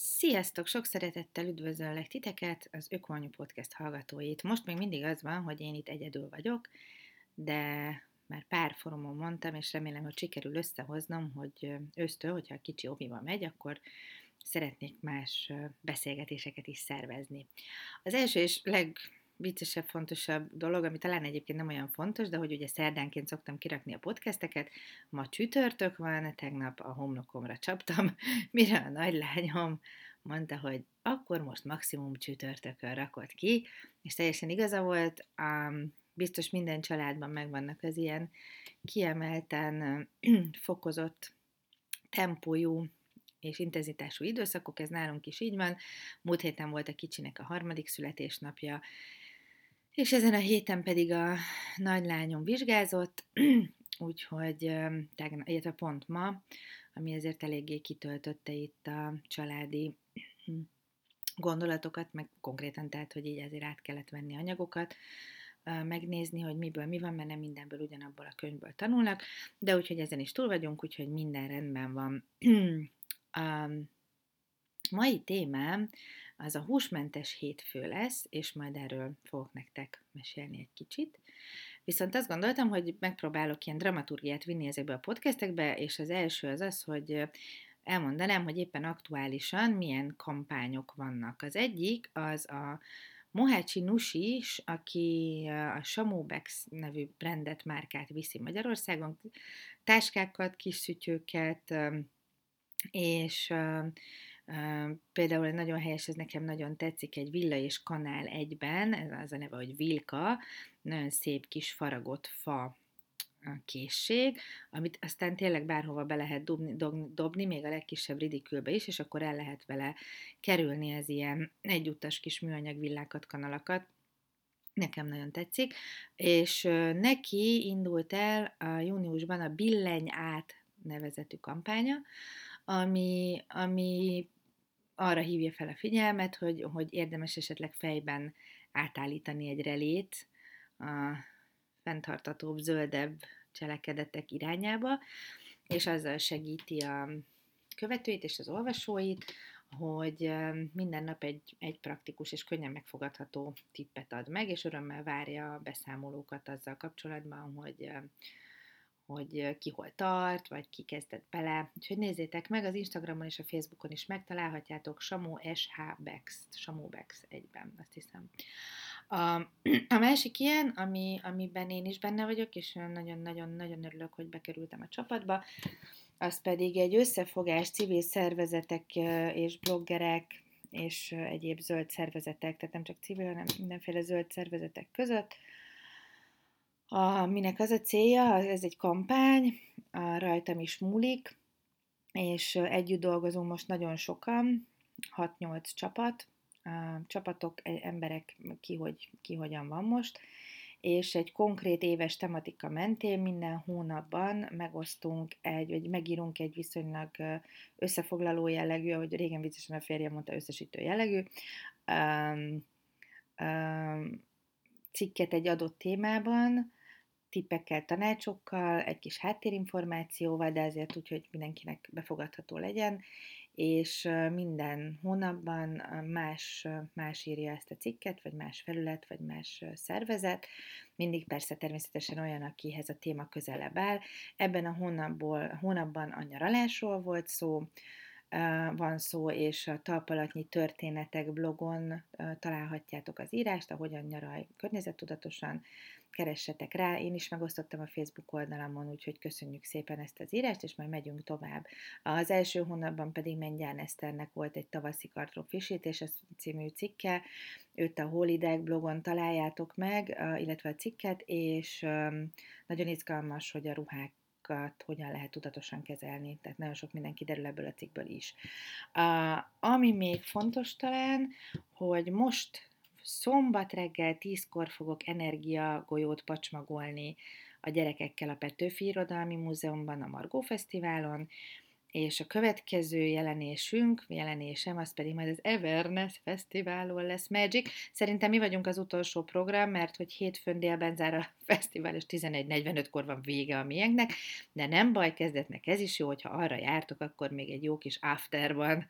Sziasztok! Sok szeretettel üdvözöllek titeket, az Ökoanyu Podcast hallgatóit. Most még mindig az van, hogy én itt egyedül vagyok, de már pár forumon mondtam, és remélem, hogy sikerül összehoznom, hogy ősztől, hogyha a kicsi oviba megy, akkor szeretnék más beszélgetéseket is szervezni. Az első és legviccesebb, fontosabb dolog, ami talán egyébként nem olyan fontos, de hogy ugye szerdánként szoktam kirakni a podcasteket, ma csütörtök van, tegnap a homlokomra csaptam, mire a nagylányom mondta, hogy akkor most maximum csütörtökön rakod ki, és teljesen igaza volt, biztos minden családban megvannak az ilyen kiemelten fokozott tempójú és intenzitású időszakok, ez nálunk is így van. Múlt héten volt a kicsinek a 3. születésnapja, és ezen a héten pedig a nagylányom vizsgázott, úgyhogy illetve pont ma, ami ezért eléggé kitöltötte itt a családi gondolatokat, meg konkrétan tehát, hogy így ezért át kellett venni anyagokat, megnézni, hogy miből mi van, mert nem mindenből ugyanabból a könyvből tanulnak, de úgyhogy ezen is túl vagyunk, úgyhogy minden rendben van. A mai témám az a húsmentes hétfő lesz, és majd erről fogok nektek mesélni egy kicsit. Viszont azt gondoltam, hogy megpróbálok ilyen dramaturgiát vinni ezekbe a podcastekbe, és az első az az, hogy elmondanám, hogy éppen aktuálisan milyen kampányok vannak. Az egyik az a Mohácsi Nusis, aki a Samobex nevű brandet, márkát viszi Magyarországon, táskákat, kis szütyőket, és például egy nagyon helyes, ez nekem nagyon tetszik, egy villa és kanál egyben, ez az a neve, hogy Vilka, nagyon szép kis faragott fa készség, amit aztán tényleg bárhova be lehet dobni, még a legkisebb ridikülbe is, és akkor el lehet vele kerülni az ilyen egyutas kis műanyag villákat, kanalakat. Nekem nagyon tetszik, és neki indult el a júniusban a Billenj át nevezetű kampánya, ami arra hívja fel a figyelmet, hogy érdemes esetleg fejben átállítani egy relét a fenntartatóbb, zöldebb cselekedetek irányába, és azzal segíti a követőit és az olvasóit, hogy minden nap egy praktikus és könnyen megfogadható tippet ad meg, és örömmel várja a beszámolókat azzal kapcsolatban, hogy ki hol tart, vagy ki kezdett bele. Úgyhogy nézzétek meg, az Instagramon és a Facebookon is megtalálhatjátok, Samobex egyben, azt hiszem. A másik ilyen, amiben én is benne vagyok, és nagyon-nagyon-nagyon örülök, hogy bekerültem a csapatba, az pedig egy összefogás civil szervezetek és bloggerek és egyéb zöld szervezetek, tehát nem csak civil, hanem mindenféle zöld szervezetek között, aminek az a célja, ez egy kampány, rajtam is múlik, és együtt dolgozunk most nagyon sokan, 6-8 csapat, csapatok, emberek ki hogyan van most, és egy konkrét éves tematika mentén minden hónapban megosztunk vagy megírunk egy viszonylag összefoglaló jellegű, ahogy régen viccesen a férjem mondta, összesítő jellegű cikket egy adott témában, tippekkel, tanácsokkal, egy kis háttérinformációval, de azért úgy, hogy mindenkinek befogadható legyen, és minden hónapban más írja ezt a cikket, vagy más felület, vagy más szervezet, mindig persze természetesen olyan, akihez a téma közelebb áll. Ebben a hónapban a nyaralásról van szó, és a Talpalatnyi Történetek blogon találhatjátok az írást, ahogyan nyaralj környezettudatosan, keressetek rá, én is megosztottam a Facebook oldalamon, úgyhogy köszönjük szépen ezt az írást, és majd megyünk tovább. Az első hónapban pedig Mengyán Eszternek volt egy tavaszi kartrófrissítés című cikke, őt a Holiday blogon találjátok meg, illetve a cikket, és nagyon izgalmas, hogy a ruhák hogyan lehet tudatosan kezelni, tehát nagyon sok minden kiderül ebből a cikkből is. Ami még fontos talán, hogy most szombat reggel 10-kor fogok energiagolyót pacsmagolni a gyerekekkel a Petőfi Irodalmi Múzeumban, a Margó Fesztiválon, és a következő jelenésem, az pedig majd az Everness Fesztiválon lesz. Magic. Szerintem mi vagyunk az utolsó program, mert hogy hétfőn délben zár a fesztivál, és 11:45-kor van vége a miénknek, de nem baj, kezdetnek ez is jó, hogyha arra jártok, akkor még egy jó kis after van.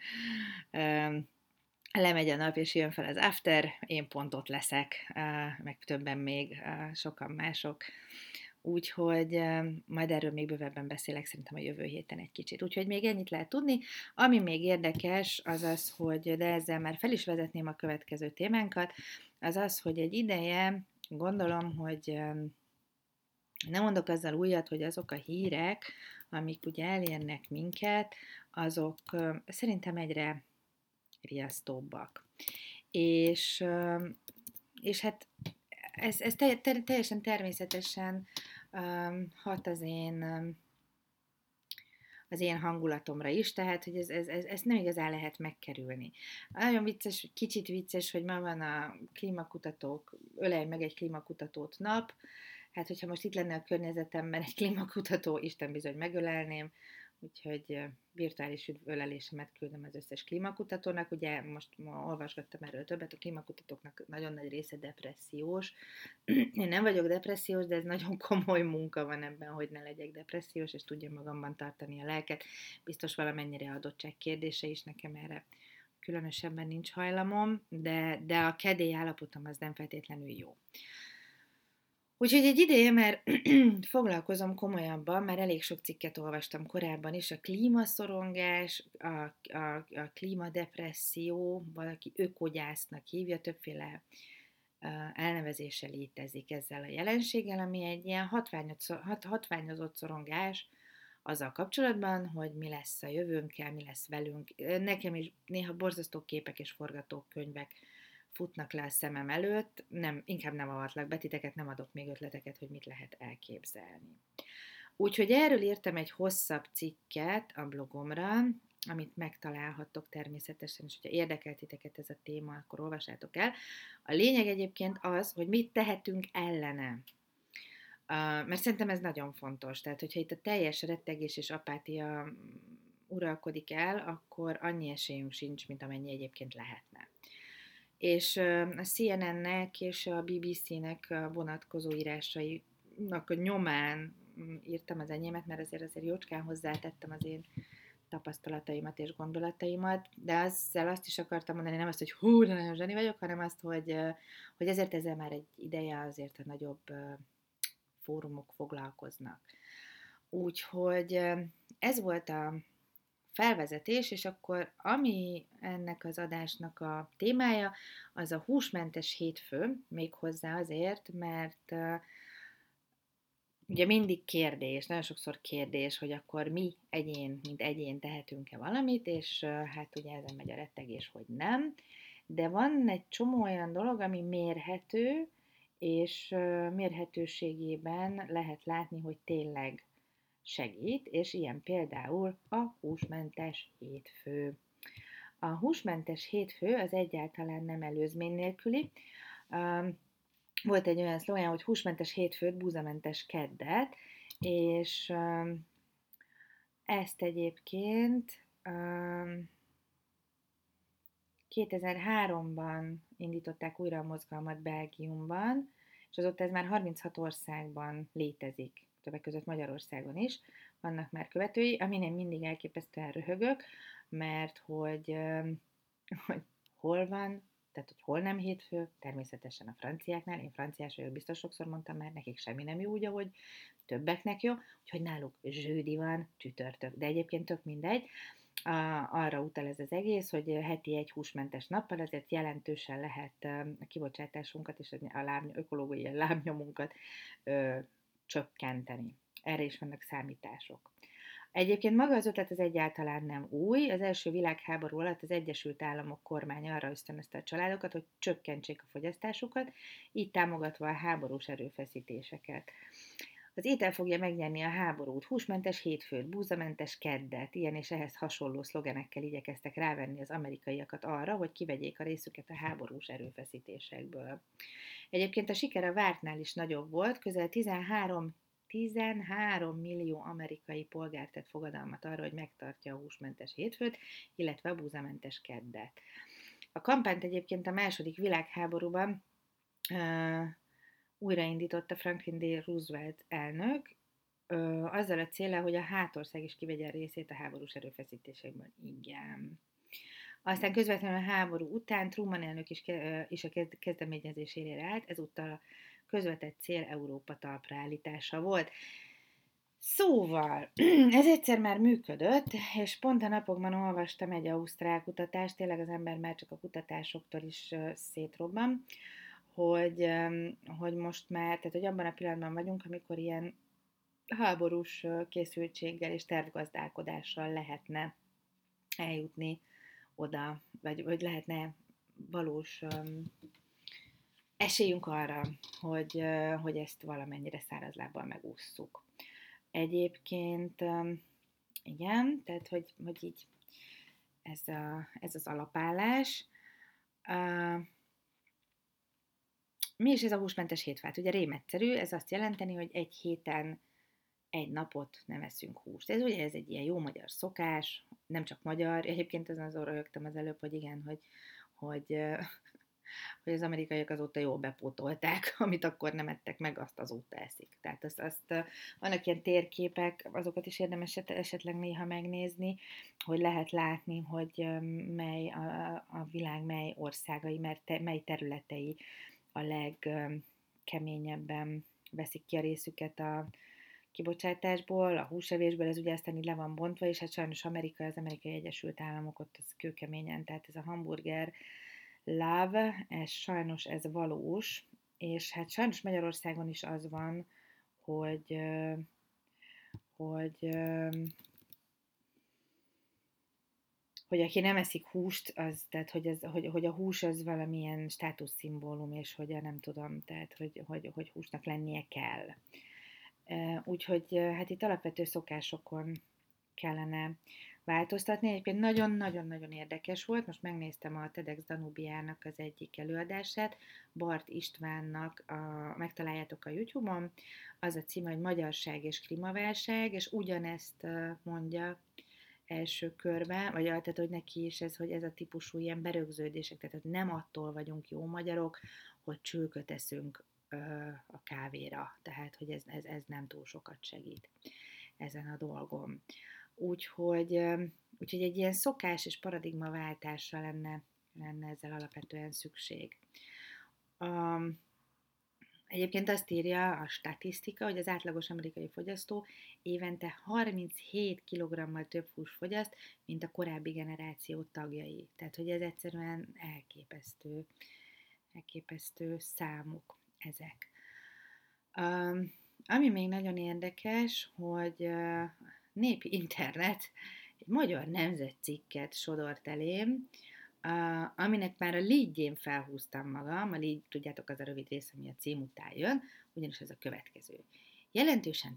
Lemegy a nap, és jön fel az after, én pont ott leszek, meg többen még, sokan mások. Úgyhogy majd erről még bővebben beszélek szerintem a jövő héten egy kicsit. Úgyhogy még ennyit lehet tudni. Ami még érdekes, az az, hogy, de ezzel már fel is vezetném a következő témánkat, az az, hogy egy ideje gondolom, hogy nem mondok azzal újat, hogy azok a hírek, amik ugye elérnek minket, azok szerintem egyre riasztóbbak. És hát ez teljesen természetesen hat az én hangulatomra is, tehát hogy ezt nem igazán lehet megkerülni. Nagyon vicces, kicsit vicces, hogy ma van a klímakutatók, ölelj meg egy klímakutatót nap, hát hogyha most itt lenne a környezetemben egy klímakutató, Isten bizony megölelném, úgyhogy virtuális üdvölelésemet küldöm az összes klímakutatónak. Ugye most olvasgattam erről többet, a klímakutatóknak nagyon nagy része depressziós. Én nem vagyok depressziós, de ez nagyon komoly munka van ebben, hogy ne legyek depressziós, és tudjam magamban tartani a lelket. Biztos valamennyire adottság kérdése is, nekem erre különösebben nincs hajlamom, de a kedély állapotom az nem feltétlenül jó. Úgyhogy egy ideje már foglalkozom komolyabban, már elég sok cikket olvastam korábban is, a klímaszorongás, a klímadepresszió, valaki ökogyásznak hívja, többféle elnevezése létezik ezzel a jelenséggel, ami egy ilyen hatványozott szorongás azzal kapcsolatban, hogy mi lesz a jövőnkkel, mi lesz velünk. Nekem is néha borzasztó képek és forgatókönyvek futnak le a szemem előtt, inkább nem avatlak be titeket, nem adok még ötleteket, hogy mit lehet elképzelni. Úgyhogy erről írtam egy hosszabb cikket a blogomra, amit megtalálhattok természetesen, és hogyha érdekel titeket ez a téma, akkor olvassátok el. A lényeg egyébként az, hogy mit tehetünk ellene. Mert szerintem ez nagyon fontos. Tehát, hogyha itt a teljes rettegés és apátia uralkodik el, akkor annyi esélyünk sincs, mint amennyi egyébként lehetne. És a CNN-nek és a BBC-nek vonatkozó írásainak a nyomán írtam az enyémet, mert azért jócskán hozzátettem az én tapasztalataimat és gondolataimat, de ezzel azt is akartam mondani, nem azt, hogy hú, de nagyon zseni vagyok, hanem azt, hogy ezért ezzel már egy ideje azért a nagyobb fórumok foglalkoznak. Úgyhogy ez volt a felvezetés, és akkor ami ennek az adásnak a témája, az a húsmentes hétfő, méghozzá azért, mert ugye mindig kérdés, nagyon sokszor kérdés, hogy akkor mi mint egyén tehetünk-e valamit, és hát ugye ezen megy a rettegés, hogy nem, de van egy csomó olyan dolog, ami mérhető, és mérhetőségében lehet látni, hogy tényleg segít, és ilyen például a húsmentes hétfő. A húsmentes hétfő az egyáltalán nem előzmény nélküli. Volt egy olyan szlogán, hogy húsmentes hétfőt, búzamentes keddet, és ezt egyébként 2003-ban indították újra a mozgalmat Belgiumban, és azóta ez már 36 országban létezik, többek között Magyarországon is vannak már követői, amin én mindig elképesztően röhögök, mert hogy hol van, tehát hogy hol nem hétfő, természetesen a franciáknál, én franciás vagyok, biztos sokszor mondtam már, nekik semmi nem jó úgy, ahogy többeknek jó, úgyhogy náluk zsődi van, csütörtök, de egyébként tök mindegy, arra utal ez az egész, hogy heti egy húsmentes nappal azért jelentősen lehet a kibocsátásunkat és ökológiai lábnyomunkat csökkenteni. Erre is vannak számítások. Egyébként maga az ötlet az egyáltalán nem új. Az első világháború alatt az Egyesült Államok kormánya arra ösztönözte a családokat, hogy csökkentsék a fogyasztásukat, így támogatva a háborús erőfeszítéseket. Az étel fogja megnyerni a háborút, húsmentes hétfőt, búzamentes keddet, ilyen és ehhez hasonló szlogenekkel igyekeztek rávenni az amerikaiakat arra, hogy kivegyék a részüket a háborús erőfeszítésekből. Egyébként a siker a vártnál is nagyobb volt, közel 13 millió amerikai polgár tett fogadalmat arra, hogy megtartja a húsmentes hétfőt, illetve a búzamentes keddet. A kampányt egyébként a második világháborúban újraindította Franklin D. Roosevelt elnök, azzal a céllal, hogy a hátország is kivegye a részét a háborús erőfeszítésekből. Igen. Aztán közvetlenül a háború után Truman elnök is a kezdeményezésére állt, ezúttal a közvetett cél Európa talpraállítása volt. Szóval, ez egyszer már működött, és pont a napokban olvastam egy ausztrál kutatást, tényleg az ember már csak a kutatásoktól is szétrobban, hogy most már, tehát hogy abban a pillanatban vagyunk, amikor ilyen háborús készültséggel és tervgazdálkodással lehetne eljutni oda, vagy lehetne valós esélyünk arra, hogy ezt valamennyire szárazlábbal megússzuk. Egyébként, igen, tehát hogy így ez az alapállás. Mi is ez a húsmentes hétfát? Ugye rémegyszerű, ez azt jelenteni, hogy egy héten egy napot nem eszünk húst. Ez ugye ez egy ilyen jó magyar szokás, nem csak magyar, egyébként azon röhögtem az előbb, hogy igen, hogy az amerikaiak azóta jól bepótolták, amit akkor nem ettek meg, azt azóta eszik. Tehát azt vannak ilyen térképek, azokat is érdemes esetleg néha megnézni, hogy lehet látni, hogy mely a világ mely országai, mely területei a legkeményebben veszik ki a részüket a kibocsátásból, a húsevésből, ez ugye aztán így le van bontva, és hát sajnos Amerika, az Amerikai Egyesült Államok ott az kőkeményen, tehát ez a hamburger love, sajnos ez valós, és hát sajnos Magyarországon is az van, hogy aki nem eszik húst, az, tehát hogy a hús az valamilyen státuszszimbólum, és hogy nem tudom, tehát hogy húsnak lennie kell. Úgyhogy hát itt alapvető szokásokon kellene változtatni. Egyébként nagyon-nagyon-nagyon érdekes volt, most megnéztem a TEDx Danubiának az egyik előadását, Bart Istvánnak, megtaláljátok a YouTube-on, az a címe, hogy Magyarság és klímaválság, és ugyanezt mondja első körben, vagy tehát, hogy neki is ez, hogy ez a típusú ilyen berögződések, tehát hogy nem attól vagyunk jó magyarok, hogy csülköt eszünk a kávéra, tehát hogy ez nem túl sokat segít ezen a dolgon. Úgyhogy egy ilyen szokás és paradigmaváltásra lenne ezzel alapvetően szükség. Egyébként azt írja a statisztika, hogy az átlagos amerikai fogyasztó évente 37 kg-mal több húst fogyaszt, mint a korábbi generáció tagjai. Tehát, hogy ez egyszerűen elképesztő számok ezek. Ami még nagyon érdekes, hogy Népi Internet egy magyar nemzetcikket sodort elém, aminek már a leadjén felhúztam magam, a lead, tudjátok, az a rövid rész, ami a cím után jön, ugyanis ez a következő. Jelentősen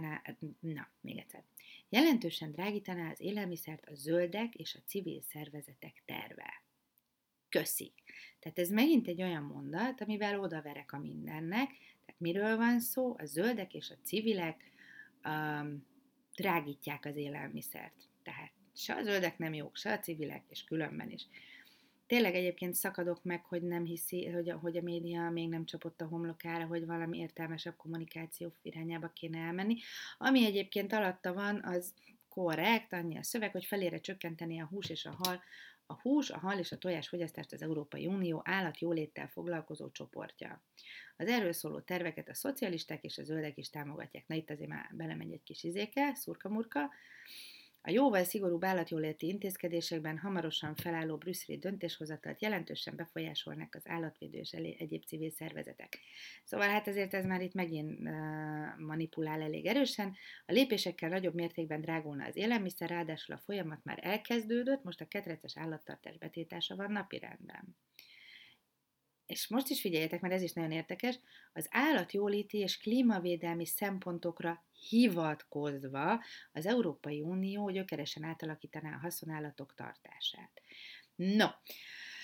drágítaná az élelmiszert a zöldek és a civil szervezetek terve. Köszi. Tehát ez megint egy olyan mondat, amivel odaverek a mindennek. Tehát miről van szó? A zöldek és a civilek drágítják az élelmiszert. Tehát se a zöldek nem jók, se a civilek, és különben is. Tényleg egyébként szakadok meg, hogy nem hiszi, hogy a média még nem csapott a homlokára, hogy valami értelmesebb kommunikáció irányába kéne elmenni. Ami egyébként alatta van, az korrekt, annyi a szöveg, hogy felére csökkenteni a hús, a hal és a tojás fogyasztást az Európai Unió állatjóléttel foglalkozó csoportja. Az erről szóló terveket a szocialisták és a zöldek is támogatják. Na itt azért már belemegy egy kis szurkamurka. A jóval szigorúbb állatjóléti intézkedésekben hamarosan felálló brüsszeli döntéshozatalt jelentősen befolyásolnak az állatvédő és egyéb civil szervezetek. Szóval hát ezért ez már itt megint manipulál elég erősen. A lépésekkel nagyobb mértékben drágulna az élelmiszer, ráadásul a folyamat már elkezdődött, most a ketreces állattartás betiltása van napirendben. És most is figyeljetek, mert ez is nagyon érdekes, az állatjóléti és klímavédelmi szempontokra hivatkozva az Európai Unió gyökeresen átalakítaná a haszonállatok tartását. No,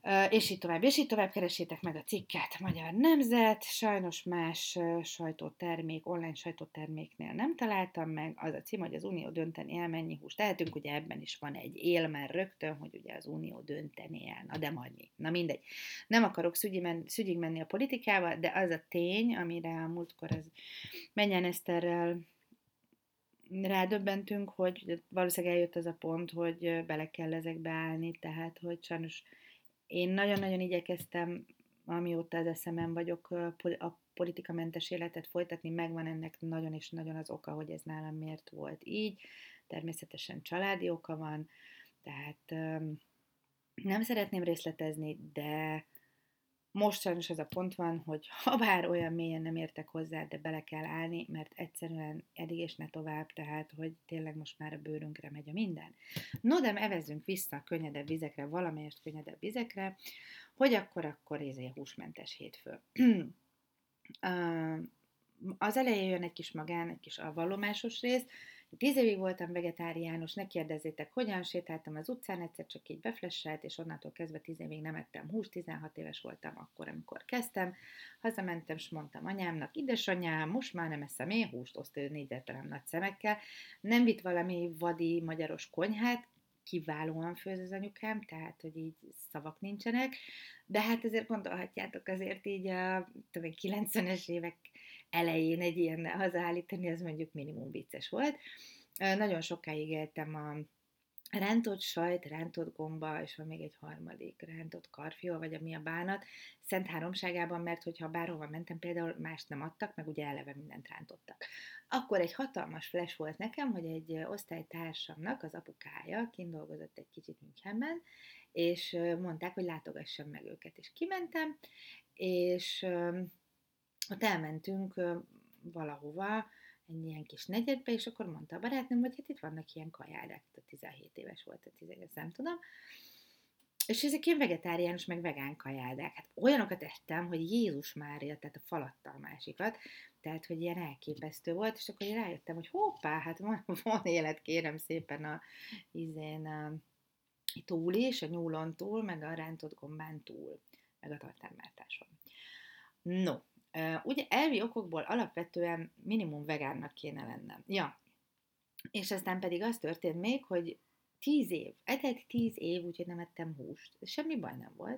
És így tovább, keresétek meg a cikket, Magyar Nemzet, sajnos más sajtótermék, online sajtóterméknél nem találtam meg, az a cím, hogy az Unió dönteni el, mennyi húst tehetünk, ugye ebben is van egy él már rögtön, hogy ugye az Unió dönteni el, na de annyi, na mindegy. Nem akarok szügyig menni a politikával, de az a tény, amire a múltkor az Menyen Eszterrel rádöbbentünk, hogy valószínűleg eljött az a pont, hogy bele kell ezekbe állni, tehát hogy sajnos én nagyon-nagyon igyekeztem, amióta az eszemen vagyok, a politikamentes életet folytatni, megvan ennek nagyon és nagyon az oka, hogy ez nálam miért volt így. Természetesen családi oka van, tehát nem szeretném részletezni, de most sajnos az a pont van, hogy ha bár olyan mélyen nem értek hozzá, de bele kell állni, mert egyszerűen eddig és ne tovább, tehát hogy tényleg most már a bőrünkre megy a minden. No, de evezzünk vissza a könnyedebb vizekre, valamelyest könnyedebb vizekre, hogy akkor húsmentes hétfő. Az elején jön egy kis magán, egy kis vallomásos rész. 10 évig voltam vegetáriánus, ne kérdezzétek, hogyan sétáltam az utcán, egyszer csak így beflesselt, és onnantól kezdve 10 évig nem ettem húst, 16 éves voltam akkor, amikor kezdtem. Hazamentem, és mondtam anyámnak, édesanyám, most már nem eszem én húst, osztő négyzetlen nagy szemekkel. Nem vitt valami vadi magyaros konyhát, kiválóan főz az anyukám, tehát, hogy így szavak nincsenek, de hát ezért gondolhatjátok azért így a 90-es évek elején egy ilyen hazaállítani, az mondjuk minimum vicces volt. Nagyon sokáig éltem a rántott sajt, rántott gomba, és van még egy harmadik, rántott karfiol, vagy ami a bánat, Szent Háromságában, mert hogyha bárhova mentem, például mást nem adtak, meg ugye eleve mindent rántottak. Akkor egy hatalmas flash volt nekem, hogy egy osztálytársamnak az apukája kint dolgozott egy kicsit Münchenben, és mondták, hogy látogassam meg őket, és kimentem, és ott elmentünk valahova, egy ilyen kis negyedbe, és akkor mondta a barátnőm, hogy hát itt vannak ilyen kajádák, 17 éves volt, 18, nem tudom, és ezek ilyen vegetáriánus, meg vegán kajádák. Hát olyanokat ettem, hogy Jézus Mária, tehát a falattal másikat, tehát, hogy ilyen elképesztő volt, és akkor rájöttem, hogy hoppá, hát van élet, kérem szépen a túl is, a nyúlon túl, meg a rántott gombán túl, meg a tartármártáson. No, ugye elvi okokból alapvetően minimum vegánnak kéne lennem. Ja, és aztán pedig az történt még, hogy 10 év, etett 10 év, úgyhogy nem ettem húst. Semmi baj nem volt.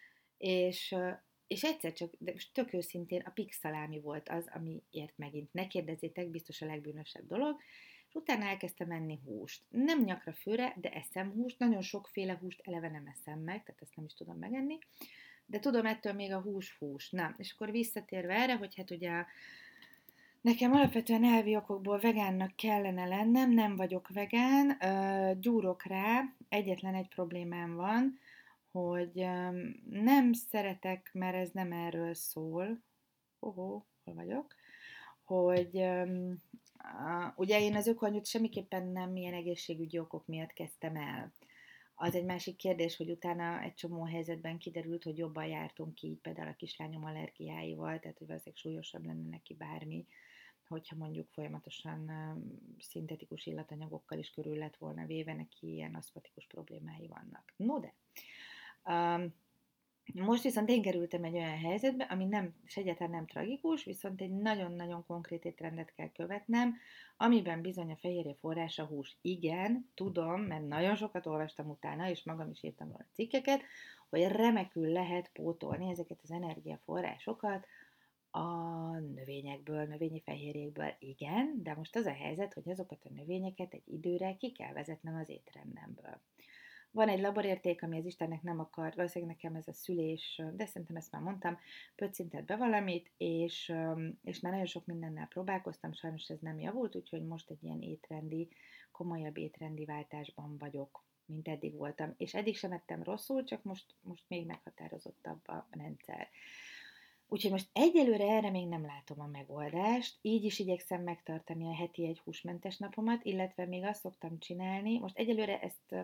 És egyszer csak, de most tök őszintén, a pixalámi volt az, amiért megint ne kérdezzétek, biztos a legbűnösebb dolog, és utána elkezdtem enni húst. Nem nyakra főre, de eszem húst, nagyon sokféle húst eleve nem eszem meg, tehát ezt nem is tudom megenni, de tudom ettől még a hús. Na, és akkor visszatérve erre, hogy hát ugye nekem alapvetően elvi okokból vegánnak kellene lennem, nem vagyok vegán, gyúrok rá, egyetlen egy problémám van, hogy nem szeretek, mert ez nem erről szól, hol vagyok, hogy ugye én az ökoanyut semmiképpen nem ilyen egészségügyi okok miatt kezdtem el. Az egy másik kérdés, hogy utána egy csomó helyzetben kiderült, hogy jobban jártunk ki, így például a kislányom allergiáival, tehát hogy valószínűleg súlyosabb lenne neki bármi, hogyha mondjuk folyamatosan szintetikus illatanyagokkal is körül lett volna véve, neki ilyen aszmatikus problémái vannak. No de, most viszont én kerültem egy olyan helyzetbe, ami nem, és egyáltalán nem tragikus, viszont egy nagyon-nagyon konkrét étrendet kell követnem, amiben bizony a fehérje forrása hús. Igen, tudom, mert nagyon sokat olvastam utána, és magam is írtam róla cikkeket, hogy remekül lehet pótolni ezeket az energiaforrásokat a növényekből, növényi fehérjékből. Igen, de most az a helyzet, hogy azokat a növényeket egy időre ki kell vezetnem az étrendemből. Van egy laborérték, ami az Istennek nem akar, valószínűleg nekem ez a szülés, de szerintem ezt már mondtam, pöccintett be valamit, és már nagyon sok mindennel próbálkoztam, sajnos ez nem javult, úgyhogy most egy ilyen komolyabb étrendi váltásban vagyok, mint eddig voltam. És eddig sem ettem rosszul, csak most még meghatározottabb a rendszer. Úgyhogy most egyelőre erre még nem látom a megoldást, így is igyekszem megtartani a heti egy húsmentes napomat, illetve még azt szoktam csinálni, most egyelőre ezt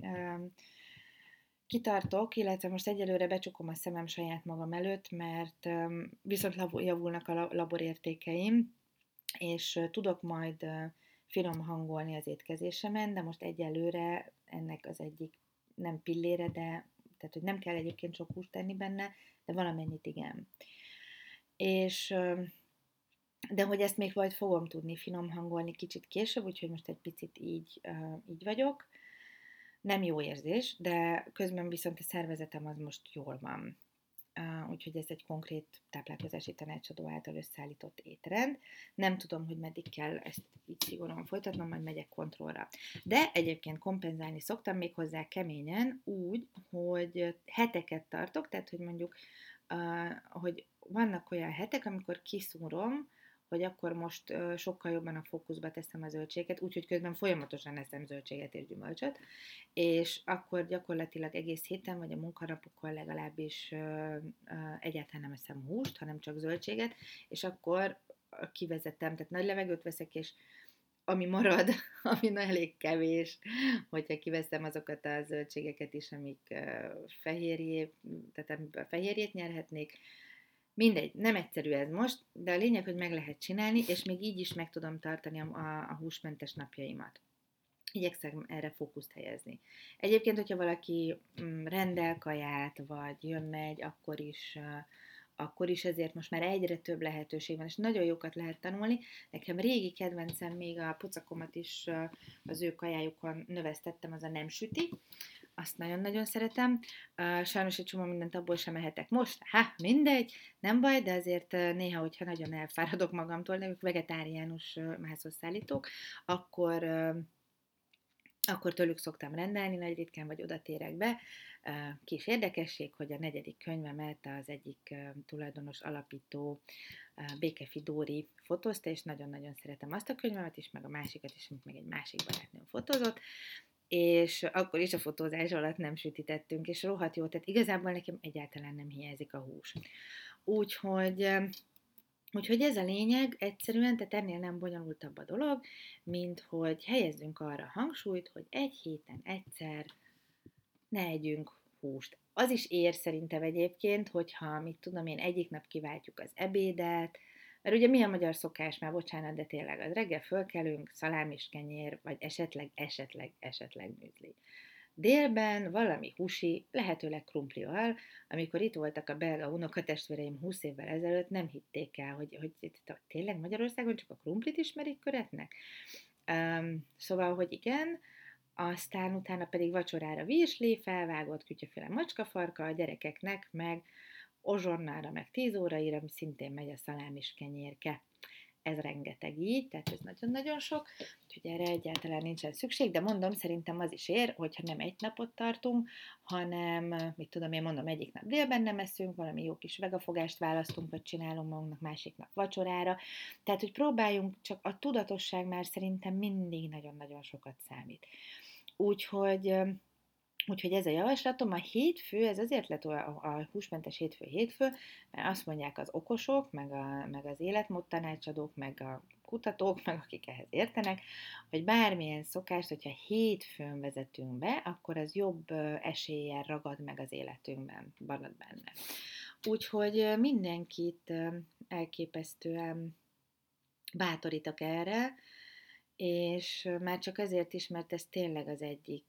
kitartok, illetve most egyelőre becsukom a szemem saját magam előtt, mert viszont javulnak a laborértékeim, és tudok majd finom hangolni az étkezésemen, de most egyelőre ennek az egyik nem pillére, de Tehát, hogy nem kell egyébként sok húst tenni benne, de valamennyit igen. És de hogy ezt még majd fogom tudni finom hangolni kicsit később, úgyhogy most egy picit így vagyok. Nem jó érzés, de közben viszont a szervezetem az most jól van. Úgyhogy ez egy konkrét táplálkozási tanácsadó által összeállított étrend. Nem tudom, hogy meddig kell ezt így szigorúan folytatnom, majd megyek kontrollra. De egyébként kompenzálni szoktam még hozzá keményen úgy, hogy heteket tartok, tehát hogy mondjuk, hogy vannak olyan hetek, amikor kiszúrom, hogy akkor most sokkal jobban a fókuszba teszem a zöldséget, úgyhogy közben folyamatosan eszem zöldséget és gyümölcsöt, és akkor gyakorlatilag egész héten, vagy a munkanapokon legalábbis egyáltalán nem eszem húst, hanem csak zöldséget, és akkor kivezetem, tehát nagy levegőt veszek, és ami marad, ami elég kevés, hogyha kiveszem azokat a zöldségeket is, amik fehérjé, tehát amiből fehérjét nyerhetnék. Mindegy, nem egyszerű ez most, de a lényeg, hogy meg lehet csinálni, és még így is meg tudom tartani a húsmentes napjaimat. Igyekszem erre fókuszt helyezni. Egyébként, hogyha valaki rendel kaját, vagy jön-megy, akkor is ezért most már egyre több lehetőség van, és nagyon jókat lehet tanulni. Nekem régi kedvencem, még a pucakomat is az ő kajájukon növesztettem, az a nem süti. Azt nagyon-nagyon szeretem. Sajnos egy csomó mindent abból sem ehetek most. Mindegy, nem baj, de azért néha, hogyha nagyon elfáradok magamtól, de ők vegetáriánus mászószállítók, akkor tőlük szoktam rendelni, nagy ritkán vagy oda térek be. Kis érdekesség, hogy a 4. könyvemet az egyik tulajdonos alapító Békefi Dóri fotózta, és nagyon-nagyon szeretem azt a könyvemet is, meg a másikat is, amit meg egy másik barátnőm fotózott, és akkor is a fotózás alatt nem sütítettünk, és rohadt jó, tehát igazából nekem egyáltalán nem hiányzik a hús. Úgyhogy ez a lényeg egyszerűen, tehát ennél nem bonyolultabb a dolog, mint hogy helyezzünk arra hangsúlyt, hogy egy héten egyszer ne együnk húst. Az is ér szerintem egyébként, hogyha, mit tudom én, egyik nap kiváltjuk az ebédet, mert ugye mi a magyar szokás, már bocsánat, de tényleg az reggel fölkelünk, szalámis kenyér, vagy esetleg műzli. Délben valami húsi, lehetőleg krumplival. Amikor itt voltak a belga unokatestvéreim 20 évvel ezelőtt, nem hitték el, hogy tényleg Magyarországon csak a krumplit ismerik köretnek. Szóval, hogy igen, aztán utána pedig vacsorára virsli, felvágott kütyöféle macskafarka, a gyerekeknek meg ozsonnára, meg 10 óraira szintén megy a szalámis kenyérke. Ez rengeteg így, tehát ez nagyon-nagyon sok, úgyhogy erre egyáltalán nincsen szükség, de mondom, szerintem az is ér, hogyha nem egy napot tartunk, hanem, mit tudom én, mondom, egyik nap délben nem eszünk, valami jó kis vegafogást választunk, vagy csinálunk magunknak másik nap vacsorára, tehát, hogy próbáljunk, csak a tudatosság már szerintem mindig nagyon-nagyon sokat számít. Úgyhogy ez a javaslatom, a hétfő, ez azért lett a húsmentes hétfő, mert azt mondják az okosok, meg az életmód tanácsadók, meg a kutatók, meg akik ehhez értenek, hogy bármilyen szokást, hogyha hétfőn vezetünk be, akkor az jobb eséllyel ragad meg az életünkben, marad benne. Úgyhogy mindenkit elképesztően bátorítok erre, és már csak azért is, mert ez tényleg az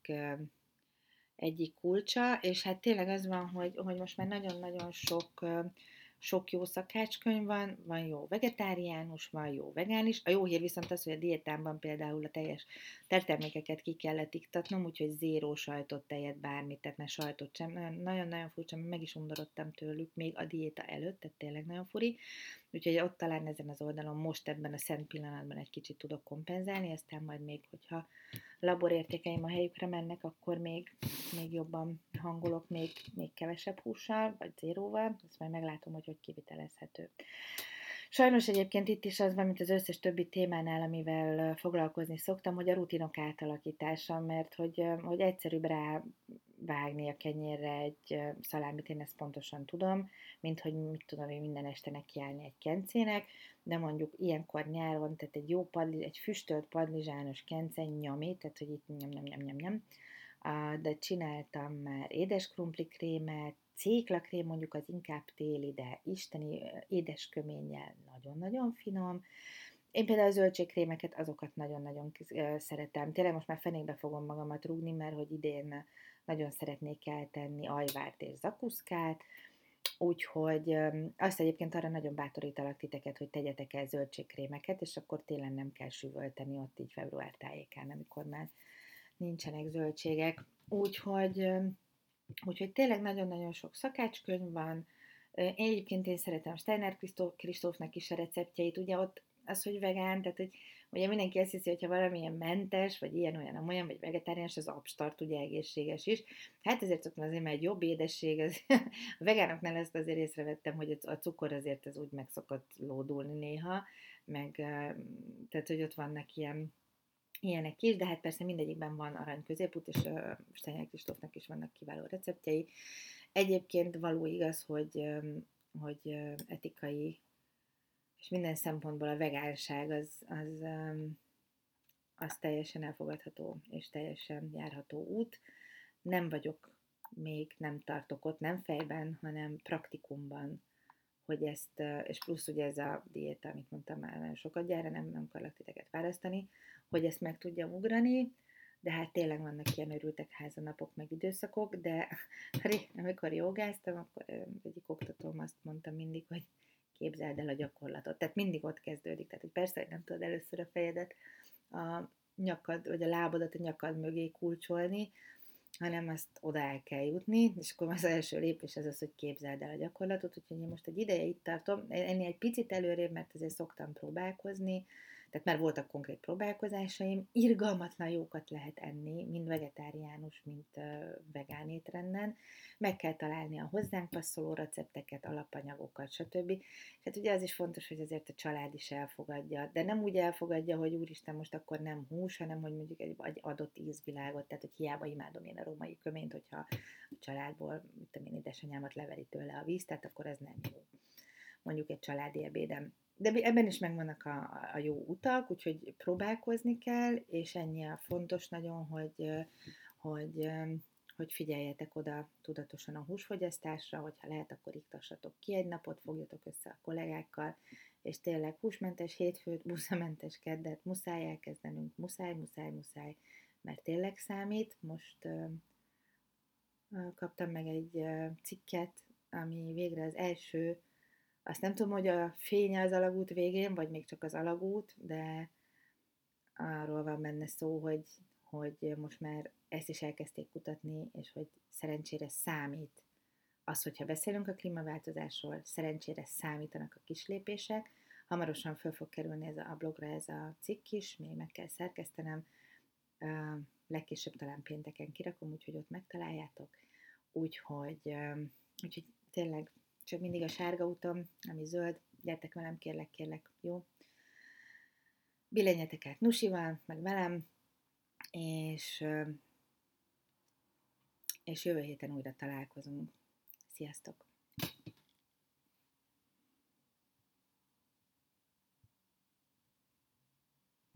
egyik kulcsa, és hát tényleg az van, hogy most már nagyon-nagyon sok jó szakácskönyv van jó vegetáriánus, van jó vegán is. A jó hír viszont az, hogy a diétámban például a teljes termékeket ki kellett iktatnom, úgyhogy zéró sajtot, tejet, bármit, tehát ne sajtot sem. Nagyon-nagyon furcsa, meg is undorodtam tőlük még a diéta előtt, tehát tényleg nagyon furi. Úgyhogy ott talán ezen az oldalon most ebben a szent pillanatban egy kicsit tudok kompenzálni, aztán majd még, hogyha laborértékeim a helyükre mennek, akkor még jobban hangolok, még kevesebb hússal, vagy zéróval, azt majd meglátom, hogy kivitelezhető. Sajnos egyébként itt is az van, mint az összes többi témánál, amivel foglalkozni szoktam, hogy a rutinok átalakítása, mert hogy egyszerűbb rávágni a kenyérre egy szalámit, én ezt pontosan tudom, mint hogy mit tudom én minden este nekiállni egy kencének, de mondjuk ilyenkor nyáron, tehát egy füstölt padlizsános kence nyami, tehát hogy itt nyom, de csináltam már édes krumplikrémet, céklakrém mondjuk az inkább téli, de isteni édesköménnyel nagyon-nagyon finom. Én például a zöldségkrémeket, azokat nagyon-nagyon szeretem. Tényleg most már fenékbe fogom magamat rúgni, mert hogy idén nagyon szeretnék eltenni ajvárt és zakuszkát, úgyhogy azt egyébként arra nagyon bátorítalak titeket, hogy tegyetek el zöldségkrémeket, és akkor télen nem kell süvölteni ott így február tájékán, amikor már nincsenek zöldségek. Úgyhogy tényleg nagyon-nagyon sok szakácskönyv van. Egyébként én szeretem Steiner Kristófnak is a receptjeit, ugye ott az, hogy vegán, tehát hogy ugye mindenki azt hiszi, hogyha valamilyen mentes, vagy ilyen-olyan, amolyan, vagy vegetáriánus, az abstart, ugye egészséges is. Hát ezért szoktam azért, mert egy jobb édesség, a vegánoknál ezt azért észrevettem, hogy a cukor azért ez úgy meg szokott lódulni néha, meg tehát, hogy ott vannak ilyenek is, de hát persze mindegyikben van arany középút, és Steiner Kristófnak is vannak kiváló receptjei. Egyébként való igaz, hogy etikai és minden szempontból a vegánság az teljesen elfogadható és teljesen járható út. Nem vagyok még, nem tartok ott, nem fejben, hanem praktikumban, hogy ezt, és plusz ugye ez a diéta, amit mondtam már nagyon sokat gyára, nem akarlak titeket választani, hogy ezt meg tudjam ugrani, de hát tényleg vannak ilyen örültek házanapok, meg időszakok, de amikor jogáztam, akkor egyik oktatóm azt mondta mindig, hogy képzeld el a gyakorlatot. Tehát mindig ott kezdődik. Tehát, hogy persze, hogy nem tudod először a fejedet, a nyakad, vagy a lábadat a nyakad mögé kulcsolni, hanem azt oda el kell jutni, és akkor az első lépés az, hogy képzeld el a gyakorlatot, úgyhogy én most egy ideje itt tartom, ennél egy picit előrébb, mert azért szoktam próbálkozni, tehát már voltak konkrét próbálkozásaim, irgalmatlan jókat lehet enni, mind vegetáriánus, mind vegán étrenden, meg kell találni a hozzánk passzoló recepteket, alapanyagokat, stb. Hát ugye az is fontos, hogy azért a család is elfogadja, de nem úgy elfogadja, hogy úristen, most akkor nem hús, hanem hogy mondjuk egy adott ízvilágot, tehát hogy hiába imádom én a római köményt, hogyha a családból, én édesanyámat leveri tőle a víz, tehát akkor ez nem jó. Mondjuk egy családi ebédem. De ebben is megvannak a jó utak, úgyhogy próbálkozni kell, és ennyi a fontos nagyon, hogy, hogy figyeljetek oda tudatosan a húsfogyasztásra, hogyha lehet, akkor iktassatok ki egy napot, fogjatok össze a kollégákkal, és tényleg húsmentes hétfőt, buszamentes keddet muszáj elkezdenünk, muszáj, mert tényleg számít. Most kaptam meg egy cikket, ami végre az első, azt nem tudom, hogy a fény az alagút végén, vagy még csak az alagút, de arról van benne szó, hogy most már ezt is elkezdték kutatni, és hogy szerencsére számít az, hogyha beszélünk a klímaváltozásról, szerencsére számítanak a kislépések. Hamarosan föl fog kerülni a blogra ez a cikk is, még meg kell szerkesztenem, legkésőbb talán pénteken kirakom, úgyhogy ott megtaláljátok. Úgyhogy tényleg csak mindig a sárga utam, ami zöld, gyertek velem, kérlek, jó? Billenjetek át Nusival, meg velem, és jövő héten újra találkozunk. Sziasztok!